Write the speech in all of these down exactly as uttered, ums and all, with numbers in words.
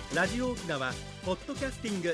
ラジオ沖縄ポッドキャスティング。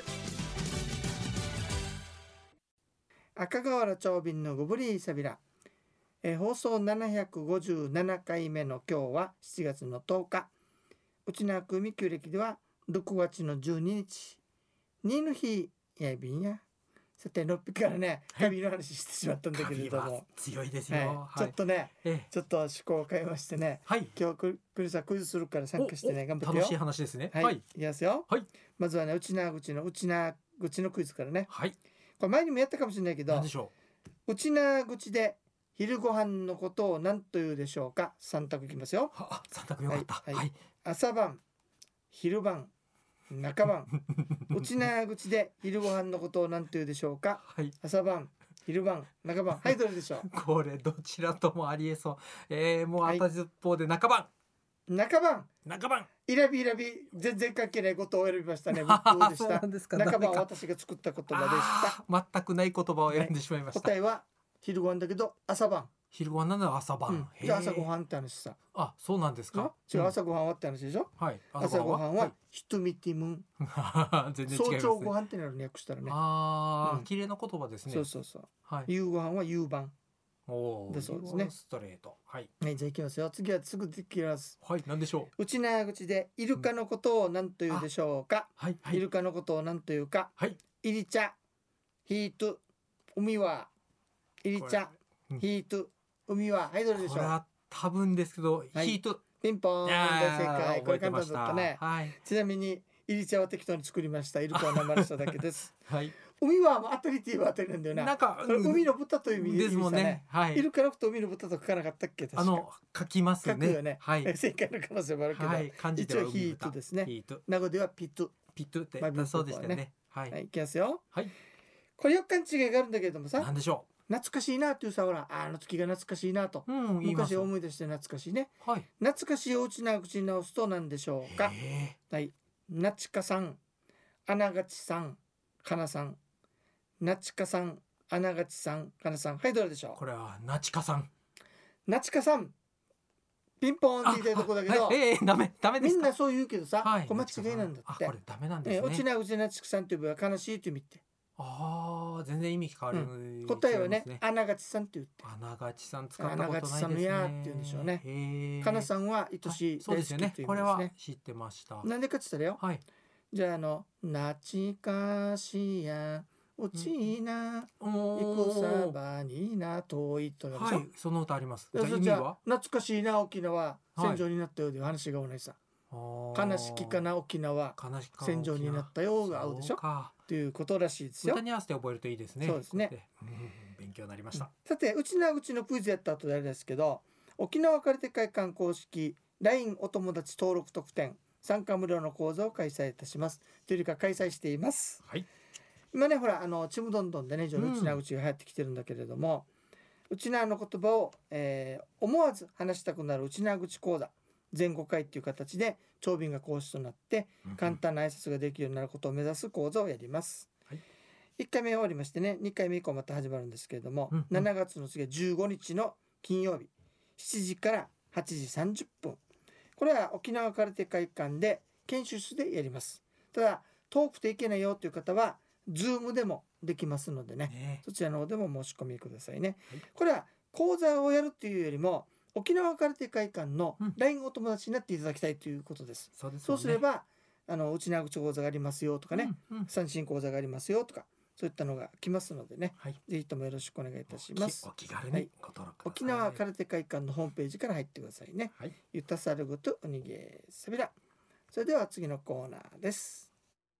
赤瓦長瓶のごぶりさびら、えー、放送ななひゃくごじゅうななかいめの今日はしちがつのとおか、うちなくみ旧暦ではろくがつのじゅうににちにの日やいびんや。さてろっぴきからね、カビの話してしまったんだけれども、 強いですよ、 はいはい、 ちょっとね、 ええ、 ちょっと趣向を変えましてね、 はい、 今日クリスはクイズするから参加してね、頑張ってよ。 楽しい話ですね。 はい、 はい、 いきますよ。 はい、 まずはね、うちなぐちのうちなぐちのクイズからね。 はい、 これ前にもやったかもしれないけど、 何でしょうちなぐちで昼ご飯のことを何というでしょうか。さん択いきますよ。 う。あ、三択よかった。 はいはいはい、 朝晩、昼晩、中晩。うちなぐちで昼ご飯のことを何というでしょうか。 はい、 朝晩、昼晩、中晩。はい、どれでしょこれどちらともありえそう。えー、もうはいあたじゅっぽうで中番、 う。中晩、 中番。 イラビイラビ、全然関係ないことを選びましたね。どうでしそうたなんですか。 中晩はダメか私が作った言葉でした。 あー全くない言葉を選んでしまいました。 答えは昼ご飯だけど朝晩。 昼ご飯なのは朝晩。 うん、 へーじゃあ朝ご飯って話さ。 あ、そうなんですか。 違う、 うん朝ご飯はって話でしょ。 はい、 朝ご飯はヒトミティムン。 はい、全然違いますね。 早朝ご飯ってなる略したらね。 ああ、 うん綺麗な言葉ですね。 そうそうそう。 はい。 夕ご飯は夕晩。 おお、 だそうですねストレート。はい。 はい、じゃあ行きますよ。次はすぐできます。 はい、なんでしょう。 うちな口でイルカのことを何というでしょうか。 はい、はい。 イルカのことを何というか。 はい。 イリチャ、ヒート、海は。イリチャ、 うんヒート、海は。はい、どれでしょう。 これは多分ですけど、 はいヒート。 ピンポーンで正解。これ簡単だ覚えてましたったね。 はい。 ちなみにイリチャは適当に作りました。イルカは名前しただけです。 はい。 海はもう当たりって言えば当たりなんだよな。 なんか、 これ海の豚という意味ですもんね。はイい。 ルカのこと海の豚と書かなかったっけ。確かあの、書きますね。 書くよね。 はい。 正解の可能性もあるけど、 はい。漢字では一応ヒートですねヒート。 名護ではピット。 ピットって、 まあだそうでしたよピットね。ははい、 い。 いきますよ。 はい。 これよっかん違いがあるんだけれどもさ、 なんでしょ懐かしいなっていうさ、ほら、あの月が懐かしいなと。 う。うん、言います。 昔を思い出して懐かしいね。 はい。 懐かしいおうちな口に直すと何でしょうか。 へはい。なちかさん、あながちさん、かなさん。なちかさん、あながちさん、かなさん。はい、どれでしょーこれは、なちかさん。 う。なちかさん。ピンポーンって言いたいとこだけど、 はい、えー、ダメ、ダメですか。 みんなそう言うけどさ、 はい。 これ間違いなんだあ、 ってこ。れダメなんですね。 えー、うちなうちなちくさんというのは悲しいという意味って。 ああ、全然意味変わる、 答えはね違います、 あながちさんって言って。 あながちさん使ったあなことないですね。 がちさんやって言うんでしょうね。 へえ。 かなさんは愛しいそうですよね大好きと。いうこれは意味ですね。 知ってました。 なんでかって言ったらよ。 はい。 じゃああの、なちかしや、うちな、 おいくさーばにな、遠いとかでしょ。 はい、その歌あります。じゃあ意味じゃあは？ 懐かしいな沖縄、 はい戦場になったようで話が多いさ。悲しきかな。 な沖縄、 悲しきか戦場になったよが合うでしょそうか。 ということらしいですよ歌。に合わせて覚えるといいですね。 そうですねこうやって。うん、勉強になりました。 さて、うちなうちのクイズやった後であれですけど、沖縄カルテ会館公式 ライン お友達登録特典参加無料の講座を開催いたします。というか開催しています。 はい。 今ね、ほら、あのちむどんどんでね、上うんうちなうちが流行ってきてるんだけれども、うちなの言葉を、えー思わず話したくなるうちな口講座全ごかいっていう形で長瓶が講師となって簡単な挨拶ができるようになることを目指す講座をやります。 はいいっかいめ終わりましてね、にかいめ以降また始まるんですけれども、 うんうんしちがつの次はじゅうごにちの金曜日しちじからはちじさんじゅっぷん、これは沖縄カルテ会館で研修室でやります。ただ遠くて行けないよという方は Zoom でもできますのでね、 ね。 そちらの方でも申し込みくださいね。 はいこれは講座をやるっていうよりも沖縄カルテ会館のうんライン お友達になっていただきたいということです。 そうですよね。 そうすればあのうちな口講座がありますよとかね、 うんうん三振講座がありますよとか、そういったのが来ますのでね、 はい。 ぜひともよろしくお願いいたしますお。気軽はいにご登録ください。 沖縄カルテ会館のホームページから入ってくださいね。 はい。 ゆたさるごとおにげさびら。それでは次のコーナーです。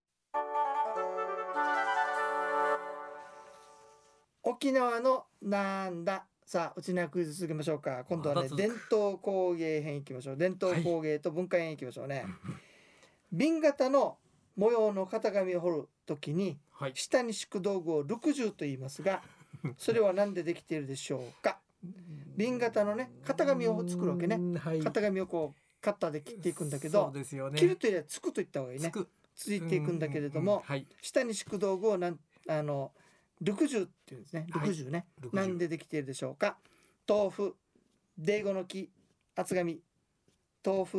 沖縄のなんだ。さあ、うちなクイズ続けましょうか。今度はね、 まだ続く伝統工芸編いきましょう。伝統工芸と文化編いきましょうね。瓶型の模様の型紙を彫るときにはい。 下に敷く道具をろくじゅうと言いますが、それは何でできているでしょうか。瓶型のね、型紙を作るわけね。 うんはい。 型紙をこうカッターで切っていくんだけそど、 うですよね。 切るというよりはつくといった方がいいね。 つく。 ついていくんだけれどうんうんうんも、 はい。 下に敷く道具をなんあのろくじゅうっていうんですね。 はいろくじゅうね。 ろくじゅうなんでできているでしょうか。豆腐、デーゴの木、厚紙、豆腐、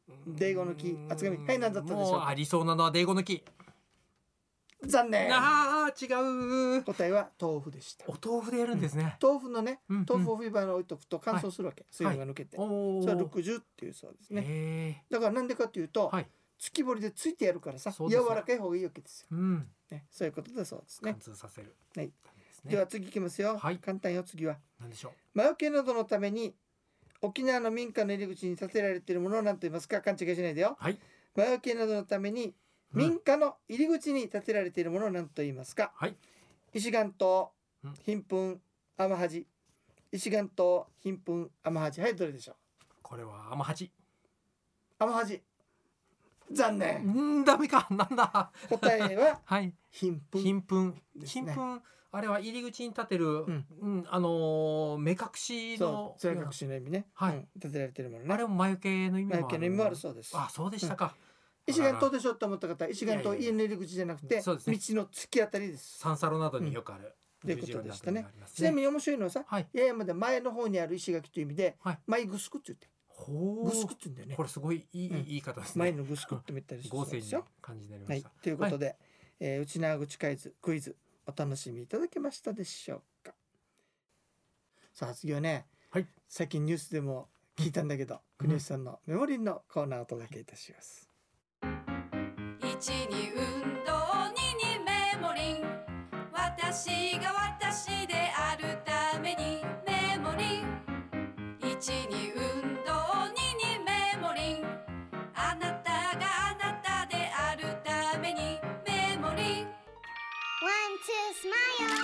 デーゴの木厚紙はい何だったでしょうか。 もうありそうなのはデーゴの木。 残念。 あー違う。 答えは豆腐でした。 お豆腐でやるんですね。 豆腐のね、 うんうん豆腐を冬場に置いとくと乾燥するわけ、水分が抜けて、 おそれはーろくじゅうっていうそうですね。 へだからなんでかというと、 ーはい。 月彫りでついてやるからさ、 そうですね柔らかい方がいいわけですよ、 うん。 ね、そういうことだそうですね貫。通させる。 はい感じですね。 では次いきますよ、 はい簡単よ。次はなんでしょう。 魔除けなどのために沖縄の民家の入り口に建てられているものを何と言いますか。勘違いしないでよ。 はい。 魔除けなどのためにうん民家の入り口に建てられているものを何と言いますか。 はい。 石岩島うん、 貧困、天恥。石岩島、貧困、天恥。はい、どれでしょう。 これは天八。 天恥。残念。 うんダメか。なんだ。 答えははい。 貧困。 貧困。 ですね貧困。あれは入り口に立てる、 んうんあのー目隠しそのう、それ隠しの意味ね。 はいうん建てられているものね。 あれも魔除けの意味もある。 魔除けの意味もあるそうです。 あ、そうでしたか。 石岩島でしょと思った方、石岩島いやいや家の入り口じゃなくて、 そうですね道の突き当たりです。 サンサロなどによくある。 ということでしたね十字路になってるのがありますちなみに面白いのはさ、 はい。 八重山で前の方にある石垣という意味で、 はい前グスクって言って、 ほグスクうって言うんだよねこ。れすごいいい、 うん言い方ですね。 前のグスクって言ったりする合成にそうですよ。 感じになりまはいした。、 ということで、えー内縄口クイズクイズお楽しみいただけましたでしょうか。さあ次はね、 はい最近ニュースでも聞いたんだけど、国吉さんのメモリーのコーナーをお届けいたします。 いちに運動ににメモリン私が私であるためにメモリンいちに運動ににメモリンあなたがあなたであるためにメモリン One, two, smile.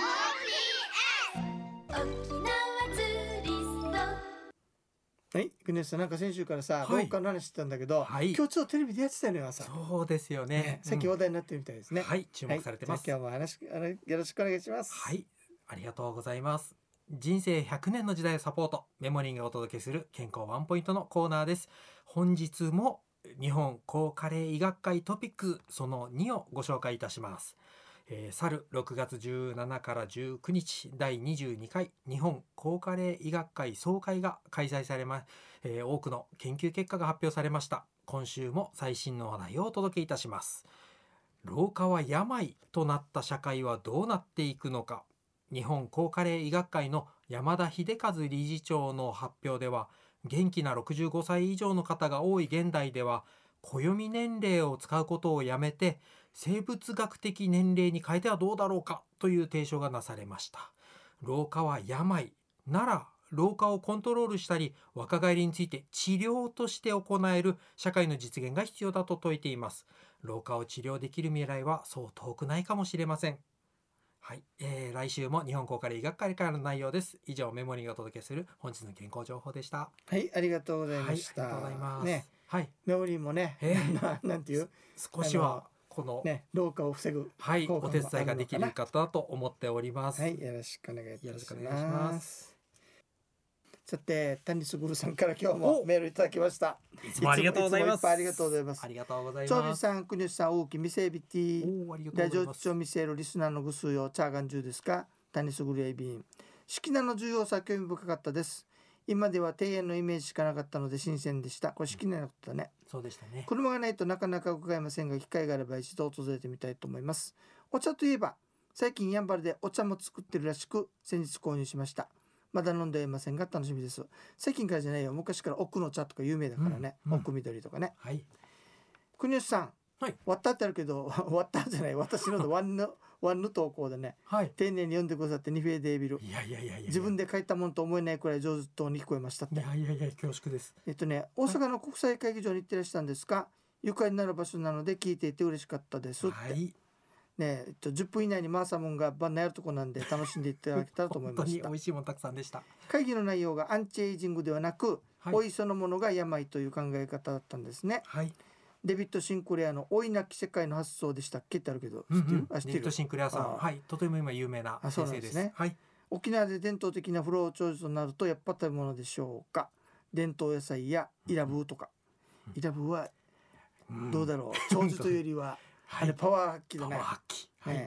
沖縄ツーリストはい、国吉さんなんか先週からさ、 はい廊下の話してたんだけど、 はい今日ちょっとテレビでやってたのよ朝。 そうですよねね。さっきうん話題になってるみたいですね。 はい、注目されてます。 はい、じゃあ今日も話あのよろしくお願いします。 はい、ありがとうございます。人生ひゃくねんの時代をサポート、メモリンがお届けする健康ワンポイントのコーナーです。本日も日本高加齢医学会トピックそのにをご紹介いたします。えー、去るろくがつじゅうしちからじゅうくにちだいにじゅうにかい日本高加齢医学会総会が開催されま、えー、多くの研究結果が発表されました。今週も最新の話題をお届けいたします。老化は病となった社会はどうなっていくのか。日本高加齢医学会の山田秀和理事長の発表では、元気なろくじゅうごさい以上の方が多い現代では暦年齢を使うことをやめて生物学的年齢に変えてはどうだろうかという提唱がなされました。老化は病なら老化をコントロールしたり若返りについて治療として行える社会の実現が必要だと説いています。老化を治療できる未来はそう遠くないかもしれません。はい、えー、来週も日本高加齢医学会からの内容です。以上メモリーがお届けする本日の健康情報でした。 はい、ありがとうございました。 はい、ありがとうございます。 ね、 はい、 メモリーもね、 えーななんていう少しはこの、 ね、老化を防ぐはい、 効果もお手伝いができるあるのかかと思っております。 な。はい、よろしくお願いいたしよろしくお願いしま。 ますさて、谷卓さんから今日もおメールいただきました。 いつもありがとうございます。 いつもいっぱいありがとうございますありがとうござい長ます。 美さん、国吉さん、大きみせびティおーありがとうラジオございます。 チョミセルリスナーのぐすよチャーガン中ですか。谷卓やいびん式名の重要さ興味深かったです。今では庭園のイメージしかなかったので新鮮でした。これ式名のことだね。 そうでしたね。 車がないとなかなか伺えませんが、機会があれば一度訪れてみたいと思います。お茶といえば最近やんばるでお茶も作ってるらしく先日購入しました。まだ飲んでいませんが楽しみです。最近からじゃないよ、昔から奥の茶とか有名だからね、 うんうん奥緑とかね。 はい。 国吉さん、 はい割ったってあるけど割ったじゃない、私のでワンヌワンヌ投稿でね、 はい。 丁寧に読んでくださってニフェーデービル、 いやいやいやいや。 自分で書いたものと思えないくらい上手に聞こえましたっいて。 やいやいや恐縮です。 えっとね、大阪の国際会議場に行ってらしたんですが、愉快になる場所なので聞いていて嬉しかったですって、 はい。 ねえっと、じゅっぷん以内にマーサモンが晩やるとこなんで楽しんでいただけたらと思い本当にました美味しいものたくさんでした。 会議の内容がアンチエイジングではなく、 はい老いそのものが病という考え方だったんですね。 はい。 デビッド・シンクレアの老いなき世界の発想でしたっけってあるけど、 うん知ってる、 うんあ知ってるデビッド・シンクレアさん、 あーはい、とても今有名なあそう先生ですす。 なんでねはい。 沖縄で伝統的な不老長寿となるとやっぱ食べ物でしょうか。伝統野菜やイラブーとか、イラブーはどうだろう、長寿というよりは、 はい。 あれパワー発揮だねパワー発揮。はい。 ね、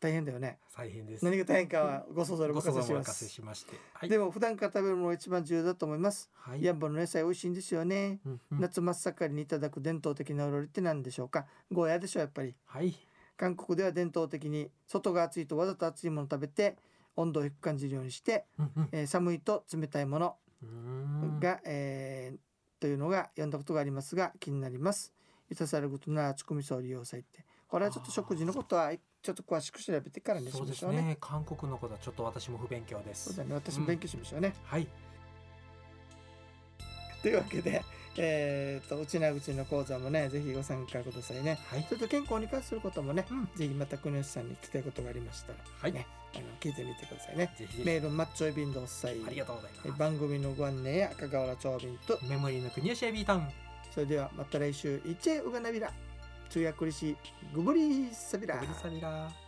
大変だよね。 大変です。 何が大変かはご想像でおご想像任せしまお任せす。 しまして、はい、 でも普段から食べるものが一番重要だと思います。 はい、 やんばるの野菜美味しいんですよね。 うんうん、 夏真っ盛りにいただく伝統的なお料理って何でしょうか。ゴーヤでしょやっぱり。 はい、 韓国では伝統的に外が暑いとわざと暑いものを食べて温度を低く感じるようにして、 うんうん、 えー寒いと冷たいものうーんが、えーというのが読んだことがありますが気になります。いたさることなちくみそう利用されて、これはちょっと食事のことはちょっと詳しく調べてからにしそうですましょうね。 ね。韓国のことはちょっと私も不勉強です。 そうだね、私も勉強しましょうね。 はい、 というわけで、えー、とうちなぐちの講座もねぜひご参加くださいね。 はい、 それと健康に関することもね、 うん、 ぜひまた国吉さんに聞きたいことがありましたら、 はい、 ね、あの聞いてみてくださいね。 ぜひぜひメールマッチョイビンドッサイありがとうございえます。 番組のご案内や赤瓦長瓶と、 メモリーの国吉エビータン、 それではまた来週イチェウガナビラ通訳りしグブリーサビラゴブリサビラ。